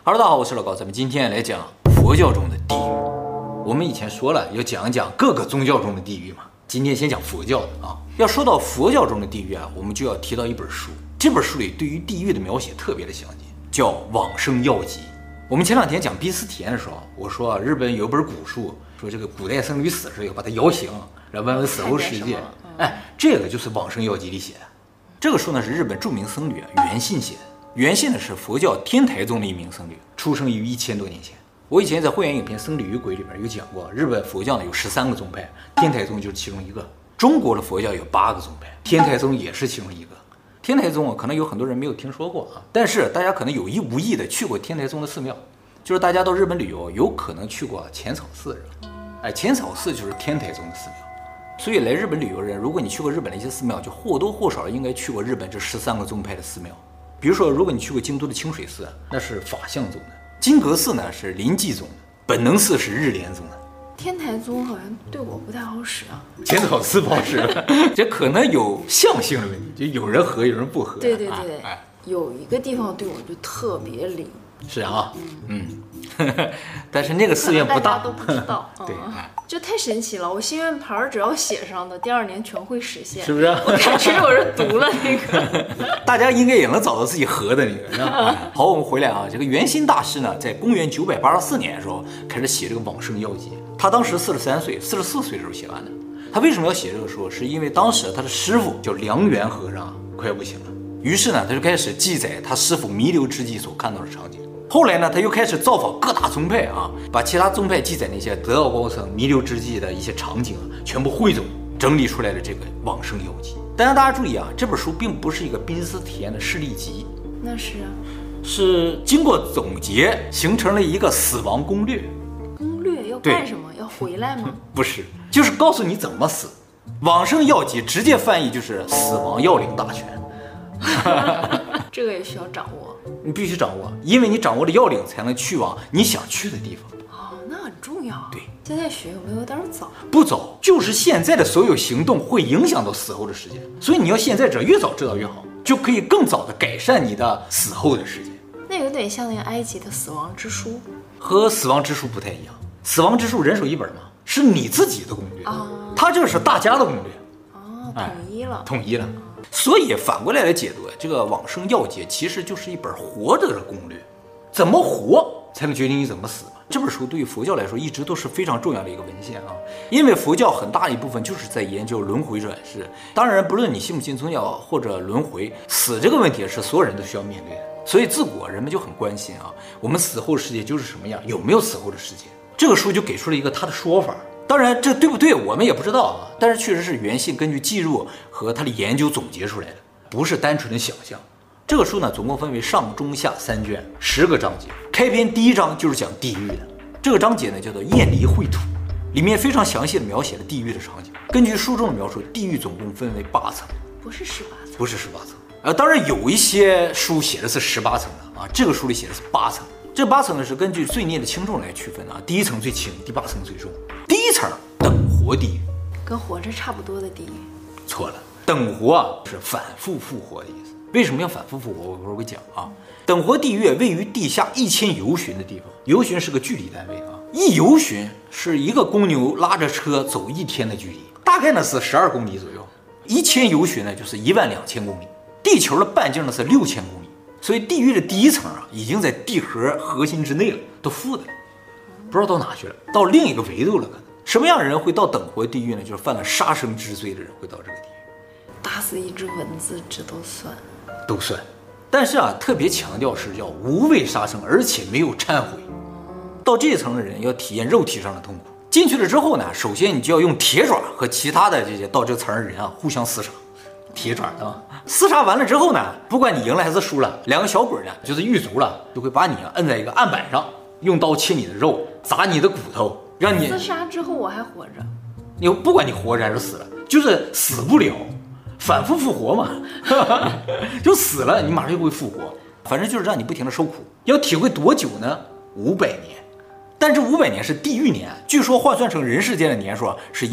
Hello， 大家好，我是老高，咱们今天来讲佛教中的地狱。我们以前说了要讲一讲各个宗教中的地狱嘛，今天先讲佛教的啊。要说到佛教中的地狱啊，我们就要提到一本书，这本书里对于地狱的描写特别的详尽，叫《往生要集》。我们前两天讲濒死体验的时候，我说日本有一本古书，说这个古代僧侣死的时候要把它摇醒，然后问问死后世界。这个就是《往生要集》里写的。这个书呢是日本著名僧侣源信写的。源信呢是佛教天台宗的一名僧侣，出生于1000多年前。我以前在会员影片《僧侣与鬼》里边有讲过，日本佛教呢有13个宗派，天台宗就是其中一个。中国的佛教有8个宗派，天台宗也是其中一个。天台宗可能有很多人没有听说过啊，但是大家可能有意无意的去过天台宗的寺庙，就是大家到日本旅游有可能去过浅草寺，浅草寺就是天台宗的寺庙。所以来日本旅游人，如果你去过日本的一些寺庙，就或多或少应该去过日本这13个宗派的寺庙。比如说，如果你去过京都的清水寺，那是法相宗的；金阁寺呢是临济宗的；本能寺是日莲宗的。 天台宗好像对我不太好使啊。 浅草寺不好使，这可能有象性的问题，就有人合，有人不合。 对，有一个地方对我就特别灵。 是啊，但是那个寺院不大， 大家都不知道。 对， 就太神奇了。我心愿牌只要写上的，第2年全会实现， 是不是？ 我看其实我是读了那个， 大家应该也能找到自己合的那个。是吧？好，我们回来啊，这个源信大师呢，在公元984年的时候开始写这个《往生要集》，他当时43岁，44岁的时候写完的。他为什么要写这个书？是因为当时他的师傅叫梁元和尚快要不行了，于是呢，他就开始记载他师傅弥留之际所看到的场景。后来呢，他又开始造访各大宗派啊，把其他宗派记载那些得道高僧弥留之际的一些场景全部汇总整理出来的这个《往生要集》。但是大家注意啊，这本书并不是一个濒死体验的事例集， 那是啊， 是经过总结形成了一个死亡攻略。 攻略要干什么？要回来吗？ 不是，就是告诉你怎么死。《往生要集》直接翻译就是死亡要领大全。 这个也需要掌握， 你必须掌握，因为你掌握了要领，才能去往你想去的地方。 那很重要。 对， 现在学有没有点早？ 不早，就是现在的所有行动会影响到死后的世界，所以你要现在者越早知道越好，就可以更早的改善你的死后的世界。 那有点像那个埃及的死亡之书， 和死亡之书不太一样。死亡之书人手一本嘛，是你自己的攻略它这个是大家的攻略统一了。所以反过来解读，这个《往生要解》其实就是一本活着的攻略，怎么活才能决定你怎么死嘛。这本书对于佛教来说一直都是非常重要的一个文献啊，因为佛教很大一部分就是在研究轮回转世。当然，不论你信不信宗教或者轮回，死这个问题是所有人都需要面对的。所以自古人们就很关心啊，我们死后世界就是什么样，有没有死后的世界。这个书就给出了一个他的说法。当然，这对不对我们也不知道啊，但是确实是源信根据记录和他的研究总结出来的，不是单纯的想象。这个书呢，总共分为上中下3卷，10个章节。开篇第1章就是讲地狱的，这个章节呢叫做《厌离秽土》，里面非常详细的描写了地狱的场景。根据书中的描述，地狱总共分为8层， 不是18层， 不是18层。当然有一些书写的是18层的啊，这个书里写的是8层。这8层呢是根据罪孽的轻重来区分啊，第1层最轻，第8层最重。第1层等活地狱， 跟活着差不多的地狱。 错了，等活是反复复活的意思。为什么要反复复活？我一会儿会讲啊。等活地狱位于地下1000由旬的地方，由旬是个距离单位啊，1由旬是一个公牛拉着车走1天的距离，大概呢是12公里左右。1000由旬呢就是12000公里，地球的半径呢是6000公里。所以地狱的第1层啊，已经在地核核心之内了，都负的了，不知道到哪去了，到另一个维度了。可能什么样的人会到等活地狱呢？就是犯了杀生之罪的人会到这个地狱。 打死一只蚊子，这都算。 但是啊，特别强调是要无畏杀生，而且没有忏悔。到这一层的人要体验肉体上的痛苦。进去了之后呢，首先你就要用铁爪和其他的这些到这层的人啊互相厮杀。铁爪啊，厮杀完了之后呢，不管你赢了还是输了，2个小鬼呢就是狱卒了，就会把你摁在一个案板上，用刀切你的肉，砸你的骨头，让你厮杀之后我还活着。 你不管你活着还是死了，就是死不了，反复复活嘛，就死了你马上就会复活，反正就是让你不停的受苦。要体会多久呢？500年。但这500年是地狱年，据说换算成人世间的年数是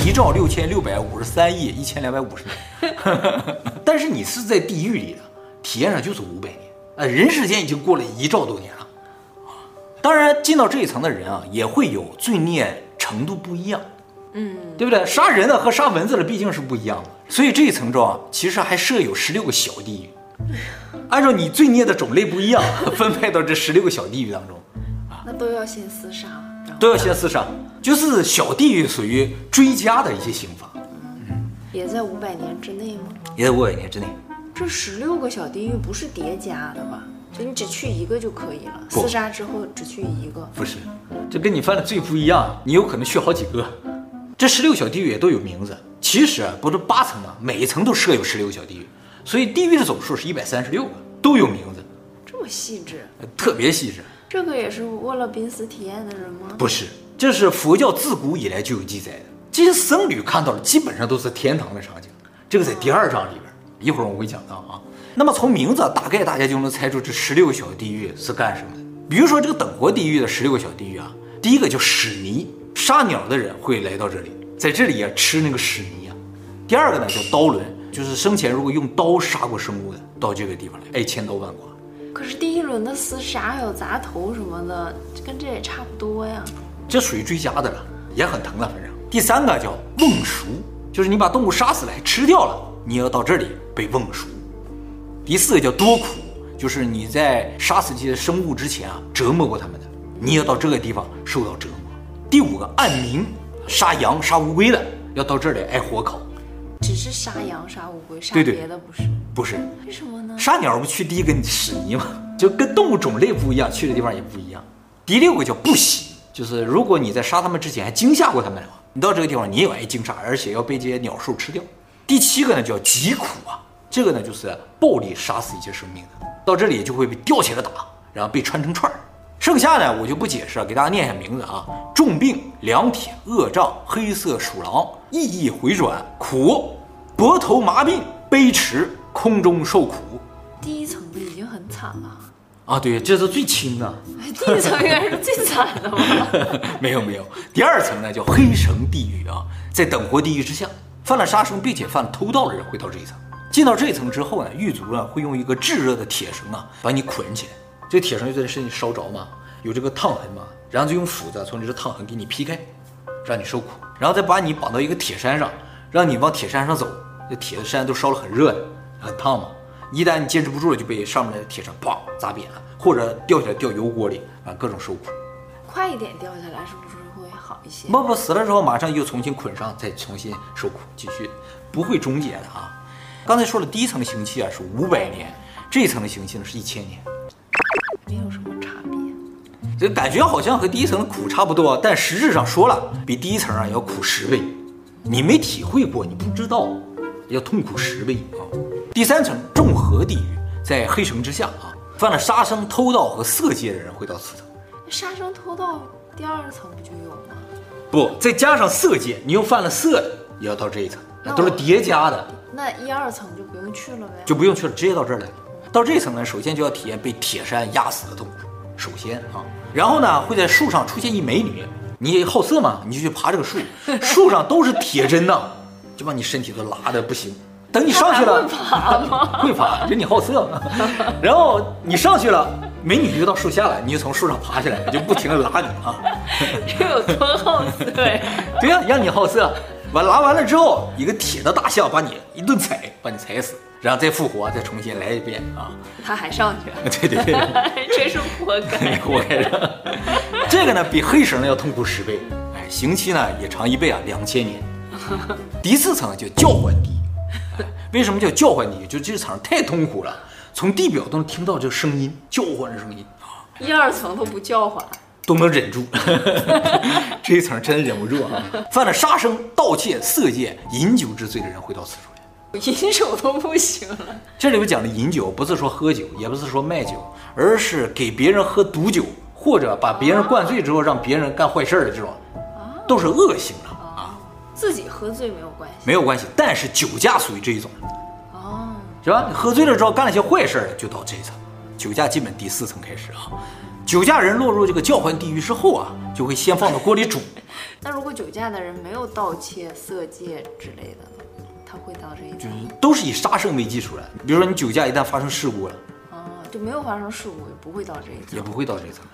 1.6653亿1250年。但是你是在地狱里的，体验上就是500年，人世间已经过了1兆多年了。 当然，进到这一层的人啊，也会有罪孽程度不一样，对不对？杀人的和杀蚊子的毕竟是不一样的，所以这一层中啊，其实还设有16个小地狱，按照你罪孽的种类不一样，分配到这16个小地狱当中。 那都要先厮杀， 都要先厮杀，就是小地狱属于追加的一些刑罚， 也在500年之内吗？ 也在500年之内。 这16个小地狱不是叠加的吧？就你只去一个就可以了， 不厮杀之后只去一个。 不是，这跟你犯的罪不一样，你有可能去好几个。这16小地狱也都有名字，其实不是8层啊，每一层都设有16个小地狱，所以地狱的总数是136个，都有名字， 这么细致， 特别细致。 这个也是为了濒死体验的人吗？ 不是，这是佛教自古以来就有记载的。这些僧侣看到的基本上都是天堂的场景，这个在第2章里边，一会儿我会讲到啊。那么从名字大概大家就能猜出这16个小地狱是干什么的。比如说这个等活地狱的16个小地狱啊，第一个叫屎泥，杀鸟的人会来到这里，在这里啊吃那个屎泥啊。第二个呢叫刀轮，就是生前如果用刀杀过生物的，到这个地方来，哎，千刀万剐。 可是第一轮的厮杀还有砸头什么的，跟这也差不多呀。 这属于追加的了，也很疼了，反正。第三个叫瓮熟，就是你把动物杀死了吃掉了，你要到这里被瓮熟。第四个叫多苦，就是你在杀死这些生物之前啊，折磨过他们的，你要到这个地方受到折磨。第五个暗冥，杀羊杀乌龟的，要到这里挨火烤。 只是杀羊杀乌龟，杀对对别的不是？ 不是， 为什么呢？ 杀鸟不去第一个屎泥吗？就跟动物种类不一样，去的地方也不一样。第六个叫不喜，就是如果你在杀他们之前还惊吓过他们的话，你到这个地方你也要挨惊吓，而且要被这些鸟兽吃掉。第七个呢叫疾苦啊，这个呢就是暴力杀死一些生命的，到这里就会被吊起来打，然后被穿成串儿。剩下呢我就不解释了，给大家念一下名字啊：重病、两铁、恶胀、黑色鼠狼、意义回转、苦、脖头麻痹、悲驰、空中受苦。 第一层的已经很惨了啊，对，这是最轻的。 第一层应该是最惨的吧？ 没有，第二层呢叫黑绳地狱啊，在等活地狱之下，犯了杀生并且犯了偷盗的人会到这一层。进到这一层之后呢，狱卒呢会用一个炙热的铁绳啊把你捆起来，这铁绳就在身体烧着嘛，有这个烫痕嘛，然后就用斧子从这个烫痕给你劈开，让你受苦，然后再把你绑到一个铁山上，让你往铁山上走。这铁的山都烧了很热的，很烫嘛。一旦你坚持不住了，就被上面的铁山砰砸扁了，或者掉下来掉油锅里啊，各种受苦。 快一点掉下来是不是会好一些？ 不，死了之后马上又重新捆上，再重新受苦，继续不会终结的啊。刚才说了，第一层的刑期啊是500年，这一层的刑期呢是1000年， 没有什么差别。 这感觉好像和第一层的苦差不多，但实质上说了，比第一层啊要苦10倍。你没体会过，你不知道，要痛苦10倍啊。第三层众合地狱，在黑绳之下啊，犯了杀生、偷盗和色戒的人会到此层。 杀生偷盗第二层不就有吗？ 不，再加上色戒，你又犯了色的，也要到这一层，都是叠加的。 那1、2层就不用去了呗？ 就不用去了，直接到这儿来了。到这一层呢，首先就要体验被铁山压死的痛苦，首先啊，然后呢会在树上出现一美女，你好色嘛，你就去爬这个树，树上都是铁针呐，就把你身体都拉的不行。等你上去了， 会爬吗？ 会爬，就你好色嘛。然后你上去了，美女就到树下了，你就从树上爬下来，就不停的拉你啊。 这有多好色呀？ 对呀，让你好色。完拉完了之后，一个铁的大象把你一顿踩，把你踩死，然后再复活，再重新来一遍啊。 他还上去？ 对， 真是活该， 活该的。这个呢比黑绳要痛苦10倍，哎，刑期呢也长1倍啊，2000年。第4层叫叫唤地狱，为什么叫叫唤地狱？就这层太痛苦了，从地表都能听到这个声音，叫唤的声音啊。 1、2层都不叫唤。 都能忍住，这一层真的忍不住啊！犯了杀生、盗窃、色戒、饮酒之罪的人会到此处来。 饮酒都不行了。 这里边讲的饮酒，不是说喝酒，也不是说卖酒，而是给别人喝毒酒，或者把别人灌醉之后让别人干坏事的这种，都是恶性的啊。 自己喝醉没有关系， 没有关系，但是酒驾属于这一种， 哦， 是吧？你喝醉了之后干了些坏事就到这一层，酒驾基本第4层开始啊。酒驾人落入这个叫唤地狱之后啊，就会先放到锅里煮。 那如果酒驾的人没有盗窃、色戒之类的呢，他会到这一层？ 都是以杀生为基础的。比如说你酒驾一旦发生事故了， 就没有发生事故，也不会到这一层， 也不会到这一层。 哎，那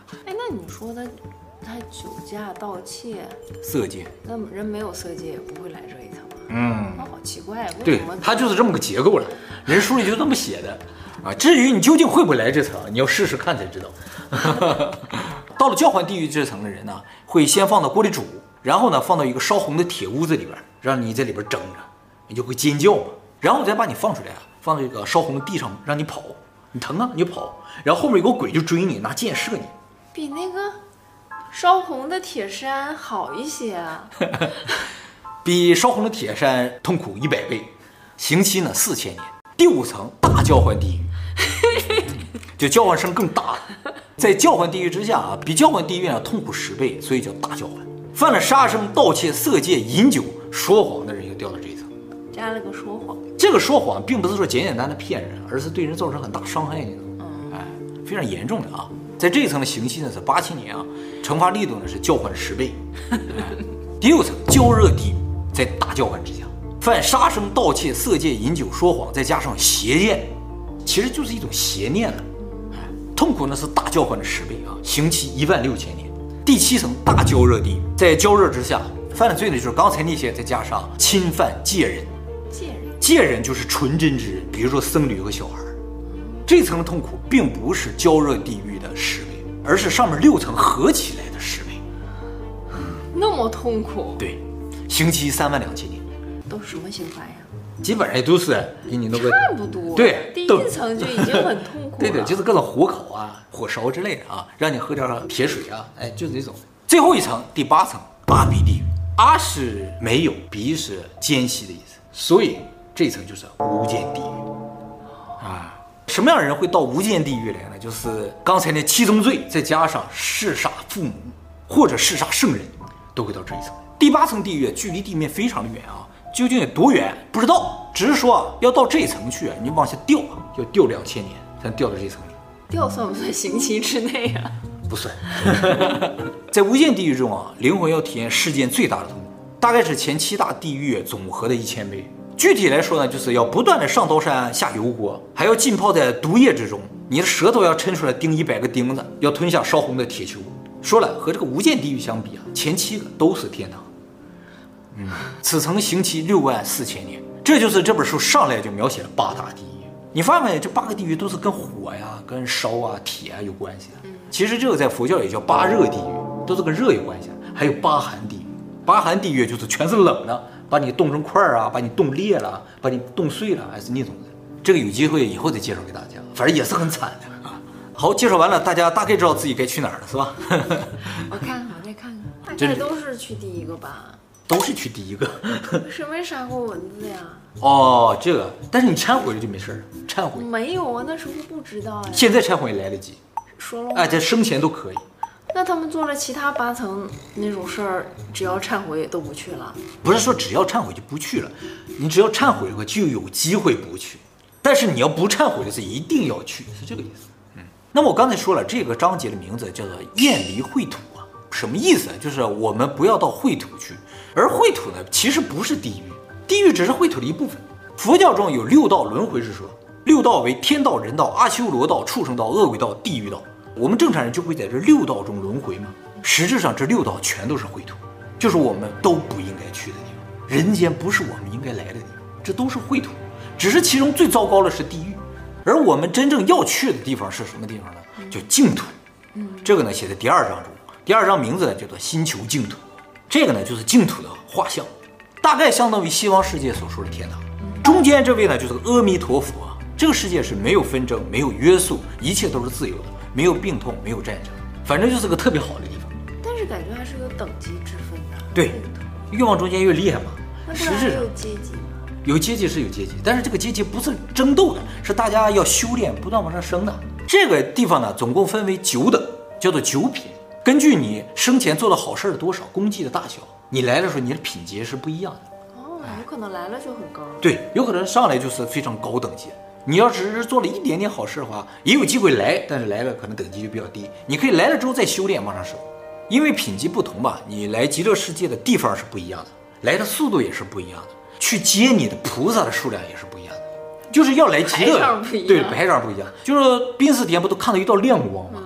你说他酒驾、盗窃、 色戒， 那人没有色戒也不会来这一层啊。那好奇怪，为对什么？ 它就是这么个结构了，人书里就这么写的啊。至于你究竟会不会来这层，你要试试看才知道。到了交换地狱这层的人呢，会先放到锅里煮，然后呢放到一个烧红的铁屋子里边，让你在里边蒸着，你就会尖叫嘛。然后再把你放出来啊，放到这个烧红的地上，让你跑，你疼啊你就跑，然后后面有个鬼就追你，拿箭射你。 比那个烧红的铁山好一些啊。 比烧红的铁山痛苦100倍，刑期呢4000年。第5层大交换地狱，就交换声更大了。在交换地狱之下啊，比交换地狱呢痛苦10倍，所以叫大交换。犯了杀生、盗窃、色戒、饮酒、说谎的人就掉到这一层。 加了个说谎， 这个说谎并不是说简简单的骗人，而是对人造成很大伤害那种，非常严重的啊。在这一层的刑期呢是8000年啊，惩罚力度呢是交换10倍。第6层焦热地狱，在大交换之下，犯杀生、盗窃、色戒、饮酒、说谎，再加上邪念，其实就是一种邪念了。痛苦呢是大交换的10倍啊，刑期16000年。第7层大焦热地狱，在焦热之下犯的罪呢就是刚才那些，再加上侵犯戒人。戒人就是纯真之人，比如说僧侣和小孩。这层的痛苦并不是焦热地狱的10倍，而是上面6层合起来的10倍。 那么痛苦？ 对，刑期32000年。 都是什么刑罚呀？ 基本上也都是给你弄个差不多。 对， 第1层就已经很痛苦了。 对，就是各种火烤啊、火烧之类的啊，让你喝点铁水啊，就是这种。最后一层第8层阿鼻地狱，阿是没有，鼻是间隙的意思，所以这一层就是无间地狱啊。什么样的人会到无间地狱来呢？就是刚才那7宗罪，再加上弑杀父母或者弑杀圣人，都会到这一层。第8层地狱距离地面非常的远啊，究竟有多远不知道，只是说啊，要到这一层去，你往下掉啊，要掉2000年才能掉到这一层里。 掉算不算刑期之内啊？ 不算。在无间地狱中啊，灵魂要体验世间最大的痛苦，大概是前7大地狱总和的1000倍。具体来说呢，就是要不断的上刀山下油锅，还要浸泡在毒液之中，你的舌头要抻出来钉100个钉子，要吞下烧红的铁球。说了，和这个无间地狱相比啊，前7个都是天堂。此层刑期64000年，这就是这本书上来就描写了8大地狱。你发现这8个地狱都是跟火呀、跟烧啊、铁啊有关系的。其实这个在佛教也叫8热地狱，都是跟热有关系的。还有8寒地狱，8寒地狱就是全是冷的，把你冻成块啊，把你冻裂了，把你冻碎了，还是那种的。这个有机会以后再介绍给大家，反正也是很惨的啊。好，介绍完了，大家大概知道自己该去哪儿了，是吧？ 我看看，我再看看，大概都是去第1个吧。 都是去第1个。 是没杀过蚊子呀？ 哦，这个，但是你忏悔了就没事了，忏悔。 没有啊，那时候不知道呀。 现在忏悔来得及。 说了吗？ 在生前都可以。 那他们做了其他8层那种事儿，只要忏悔都不去了？ 不是说只要忏悔就不去了，你只要忏悔的话就有机会不去，但是你要不忏悔的是一定要去，是这个意思。那么我刚才说了，这个章节的名字叫做厌离秽土啊，什么意思？就是我们不要到秽土去，而秽土呢其实不是地狱，地狱只是秽土的一部分。佛教中有6道轮回之说，6道为天道、人道、阿修罗道、畜生道、恶鬼道、地狱道。我们正常人就会在这6道中轮回吗？实质上这6道全都是秽土，就是我们都不应该去的地方。人间不是我们应该来的地方，这都是秽土，只是其中最糟糕的是地狱。而我们真正要去的地方是什么地方呢？叫净土。这个呢写在第2章中，第2章名字呢叫做星球净土。这个呢就是净土的画像，大概相当于西方世界所说的天堂。中间这位呢就是阿弥陀佛，这个世界是没有纷争、没有约束，一切都是自由的，没有病痛，没有战争，反正就是个特别好的地方。 但是感觉还是有等级之分的。 对，越往中间越厉害嘛。 那不然有阶级吗？ 有阶级是有阶级，但是这个阶级不是争斗的，是大家要修炼，不断往上升的。这个地方呢，总共分为9等，叫做9品。根据你生前做的好事的多少，功绩的大小，你来的时候你的品阶是不一样的。 哦，有可能来了就很高。 对，有可能上来就是非常高等级。你要只是做了一点点好事的话，也有机会来，但是来了可能等级就比较低。你可以来了之后再修炼往上升，因为品级不同吧，你来极乐世界的地方是不一样的，来的速度也是不一样的，去接你的菩萨的数量也是不一样的。就是要来极乐，对，排场不一样。就是濒死前不都看到一道亮光吗？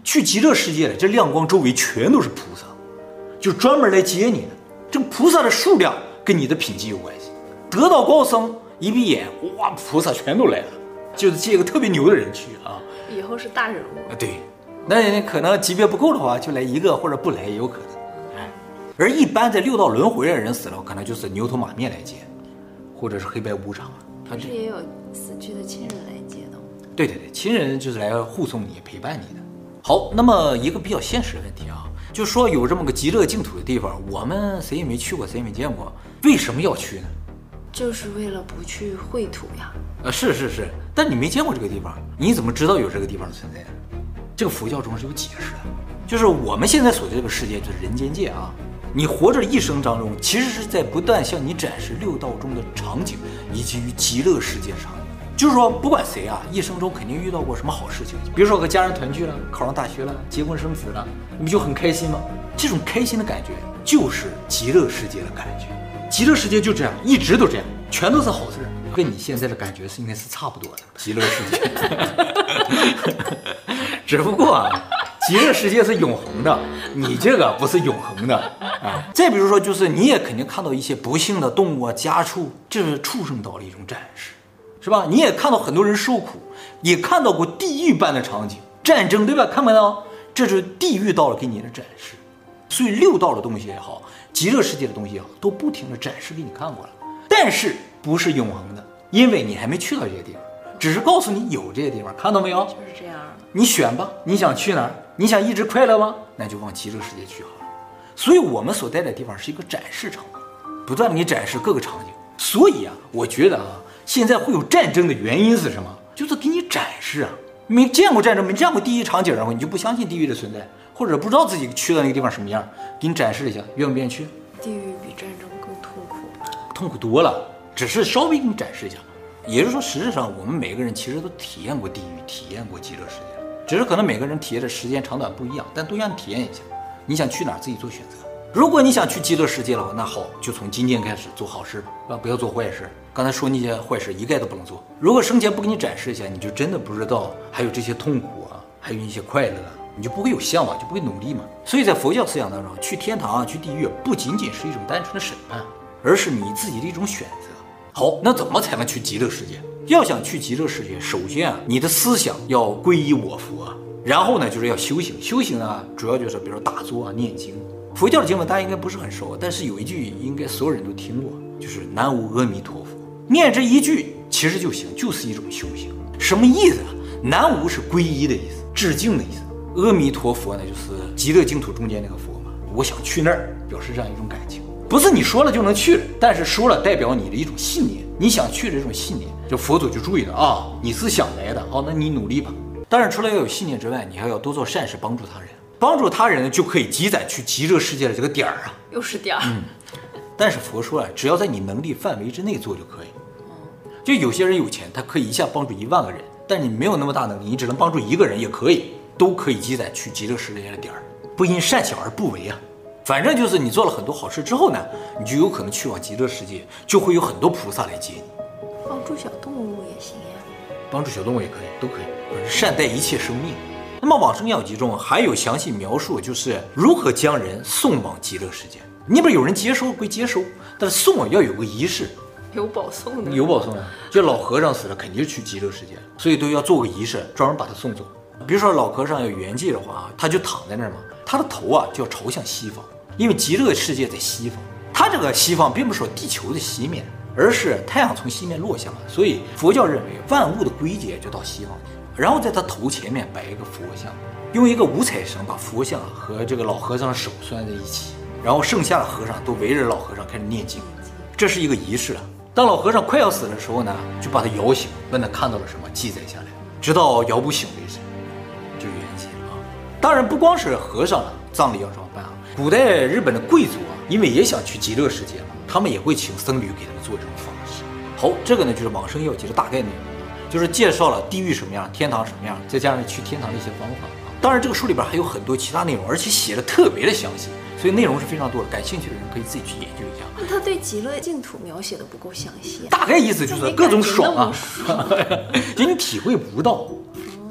去极乐世界的这亮光周围全都是菩萨，就专门来接你的。这个菩萨的数量跟你的品级有关系。得道高僧一闭眼，哇，菩萨全都来了，就是接个特别牛的人去啊。 以后是大人物。 对，那你可能级别不够的话，就来一个或者不来也有可能。而一般在六道轮回的人死了，可能就是牛头马面来接，或者是黑白无常。 不是也有死去的亲人来接的吗？ 对对对，亲人就是来护送你、陪伴你的。好，那么一个比较现实的问题啊，就说有这么个极乐净土的地方，我们谁也没去过，谁也没见过，为什么要去呢？ 就是为了不去秽土呀。 是，但你没见过这个地方，你怎么知道有这个地方的存在呢？这个佛教中是有解释的，就是我们现在所在这个世界就是人间界啊。你活着一生当中，其实是在不断向你展示六道中的场景，以及于极乐世界上。就是说，不管谁啊，一生中肯定遇到过什么好事情，比如说和家人团聚了，考上大学了，结婚生子了，你不就很开心吗？这种开心的感觉就是极乐世界的感觉。极乐世界就这样，一直都这样，全都是好事，跟你现在的感觉是应该是差不多的。极乐世界，只不过啊。极乐世界是永恒的，你这个不是永恒的啊。再比如说，就是你也肯定看到一些不幸的动物啊、家畜，这是畜生道的一种展示，是吧？你也看到很多人受苦，也看到过地狱般的场景，战争，对吧？看没到？这是地狱道了给你的展示。所以六道的东西也好，极乐世界的东西也好，都不停的展示给你看过了，但是不是永恒的，因为你还没去到这些地方，只是告诉你有这些地方，看到没有？ 就是这样的。 你选吧，你想去哪儿？你想一直快乐吗？那就往极乐世界去好了。所以我们所待的地方是一个展示场，不断的给你展示各个场景。所以啊，我觉得啊，现在会有战争的原因是什么？就是给你展示啊。没见过战争，没见过地狱场景，然后你就不相信地狱的存在，或者不知道自己去的那个地方什么样，给你展示一下，愿不愿意去？ 地狱比战争更痛苦， 痛苦多了，只是稍微给你展示一下。也就是说，实质上我们每个人其实都体验过地狱，体验过极乐世界。只是可能每个人体验的时间长短不一样，但都让你体验一下。你想去哪儿自己做选择。如果你想去极乐世界的话，那好，就从今天开始做好事吧，不要做坏事。刚才说那些坏事一概都不能做。如果生前不给你展示一下，你就真的不知道还有这些痛苦啊，还有一些快乐，你就不会有向往，就不会努力嘛。所以在佛教思想当中，去天堂啊，去地狱不仅仅是一种单纯的审判，而是你自己的一种选择。好，那怎么才能去极乐世界？要想去极乐世界，首先啊，你的思想要皈依我佛，然后呢，就是要修行。修行呢，主要就是比如说打坐啊、念经。佛教的经文大家应该不是很熟，但是有一句应该所有人都听过，就是南无阿弥陀佛。念这一句其实就行，就是一种修行。什么意思啊？南无是皈依的意思，致敬的意思。阿弥陀佛呢，就是极乐净土中间那个佛嘛。我想去那儿，表示这样一种感情。不是你说了就能去的，但是说了代表你的一种信念，你想去的这种信念，这佛祖就注意了啊，你是想来的，好，那你努力吧。当然，除了要有信念之外，你还要多做善事，帮助他人。帮助他人呢，就可以积攒去极乐世界的这个点儿啊。 又是点儿。 但是佛说啊，只要在你能力范围之内做就可以。就有些人有钱，他可以一下帮助1万个人，但是你没有那么大能力，你只能帮助1个人也可以，都可以积攒去极乐世界的点儿。不因善小而不为啊。反正就是你做了很多好事之后呢，你就有可能去往极乐世界，就会有很多菩萨来接你。 帮助小动物也行呀， 帮助小动物也可以，都可以，善待一切生命。那么《往生要集》中还有详细描述，就是如何将人送往极乐世界。你不是有人接收归接收，但是送要有个仪式， 有保送的， 有保送的。就老和尚死了，肯定是去极乐世界，所以都要做个仪式，专门把他送走。比如说老和尚有圆寂的话，他就躺在那儿嘛，他的头啊就要朝向西方。因为极乐世界在西方，它这个西方并不是说地球的西面，而是太阳从西面落下来，所以佛教认为万物的归结就到西方去。然后在他头前面摆一个佛像，用一个五彩绳把佛像和这个老和尚的手拴在一起，然后剩下的和尚都围着老和尚开始念经，这是一个仪式啊。当老和尚快要死的时候呢，就把他摇醒，问他看到了什么，记载下来，直到摇不醒为止，就圆寂了啊。当然不光是和尚了，葬礼要这么办啊。古代日本的贵族啊，因为也想去极乐世界嘛，他们也会请僧侣给他们做这种方式。好，这个呢就是《往生要集》的大概内容，就是介绍了地狱什么样，天堂什么样，再加上去天堂的一些方法啊。当然，这个书里边还有很多其他内容，而且写的特别的详细，所以内容是非常多的。感兴趣的人可以自己去研究一下。 那他对极乐净土描写的不够详细， 大概意思就是各种爽啊，就你体会不到。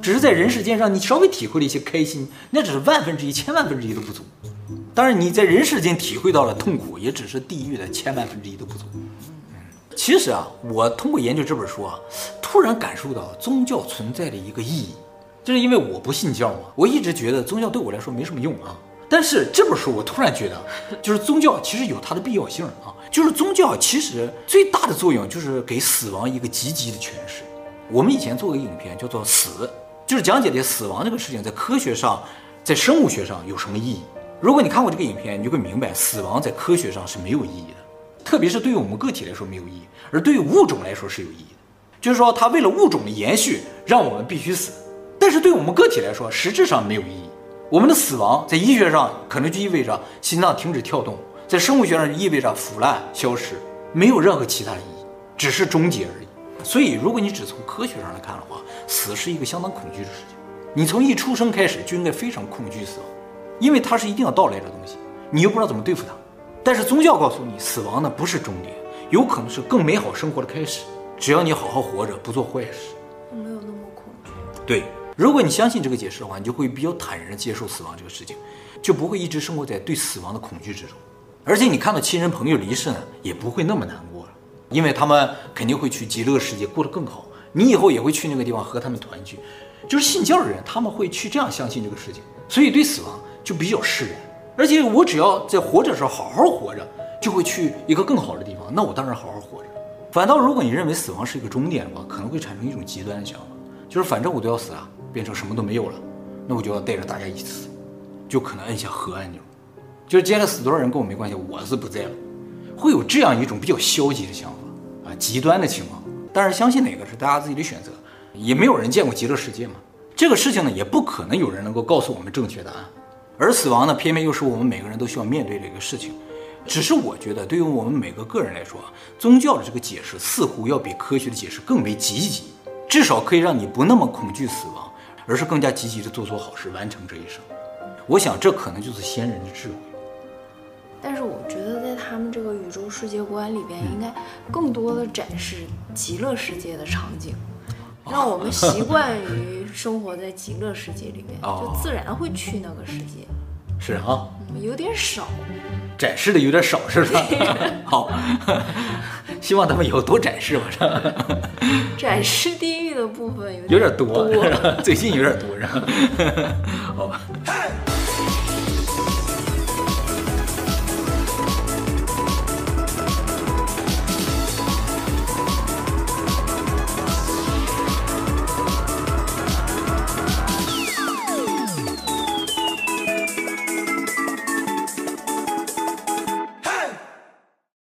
只是在人世间上你稍微体会了一些开心，那只是1/10000000万分之一都不足。当然你在人世间体会到了痛苦，也只是地狱的1000万分之一都不足。其实啊，我通过研究这本书啊，突然感受到宗教存在的一个意义，就是因为我不信教嘛，我一直觉得宗教对我来说没什么用啊。但是这本书我突然觉得，就是宗教其实有它的必要性啊，就是宗教其实最大的作用就是给死亡一个积极的诠释。我们以前做过一个影片叫做《死》，就是讲解的死亡这个事情在科学上、在生物学上有什么意义。如果你看过这个影片，你就会明白死亡在科学上是没有意义的，特别是对于我们个体来说没有意义，而对于物种来说是有意义的。就是说，它为了物种的延续，让我们必须死，但是对我们个体来说，实质上没有意义。我们的死亡在医学上可能就意味着心脏停止跳动，在生物学上就意味着腐烂消失，没有任何其他意义，只是终结而已。所以如果你只从科学上来看的话，死是一个相当恐惧的事情。你从一出生开始就应该非常恐惧死亡，因为它是一定要到来的东西，你又不知道怎么对付它。但是宗教告诉你，死亡呢不是终点，有可能是更美好生活的开始，只要你好好活着，不做坏事， 没有那么恐惧。 对，如果你相信这个解释的话，你就会比较坦然地接受死亡这个事情，就不会一直生活在对死亡的恐惧之中。而且你看到亲人朋友离世呢，也不会那么难过了，因为他们肯定会去极乐世界过得更好，你以后也会去那个地方和他们团聚。就是信教的人，他们会去这样相信这个事情，所以对死亡就比较释然。而且我只要在活着的时候好好活着，就会去一个更好的地方，那我当然好好活着。反倒如果你认为死亡是一个终点的话，可能会产生一种极端的想法，就是反正我都要死了，变成什么都没有了，那我就要带着大家一起死，就可能摁下核按钮，就是接下来死多少人跟我没关系，我是不在了，会有这样一种比较消极的想法啊，极端的情况。但是相信哪个是大家自己的选择，也没有人见过极乐世界嘛，这个事情呢也不可能有人能够告诉我们正确答案。而死亡呢，偏偏又是我们每个人都需要面对的一个事情。只是我觉得，对于我们每个个人来说，宗教的这个解释似乎要比科学的解释更为积极，至少可以让你不那么恐惧死亡，而是更加积极的做好事，完成这一生。我想这可能就是先人的智慧。 但是我觉得在他们这个宇宙世界观里边，应该更多的展示极乐世界的场景，让我们习惯于生活在极乐世界里面，就自然会去那个世界。 是啊， 有点少， 展示的有点少，是吧？好，希望他们以后多展示吧。 展示地狱的部分有点多，最近有点多，是吧？好吧。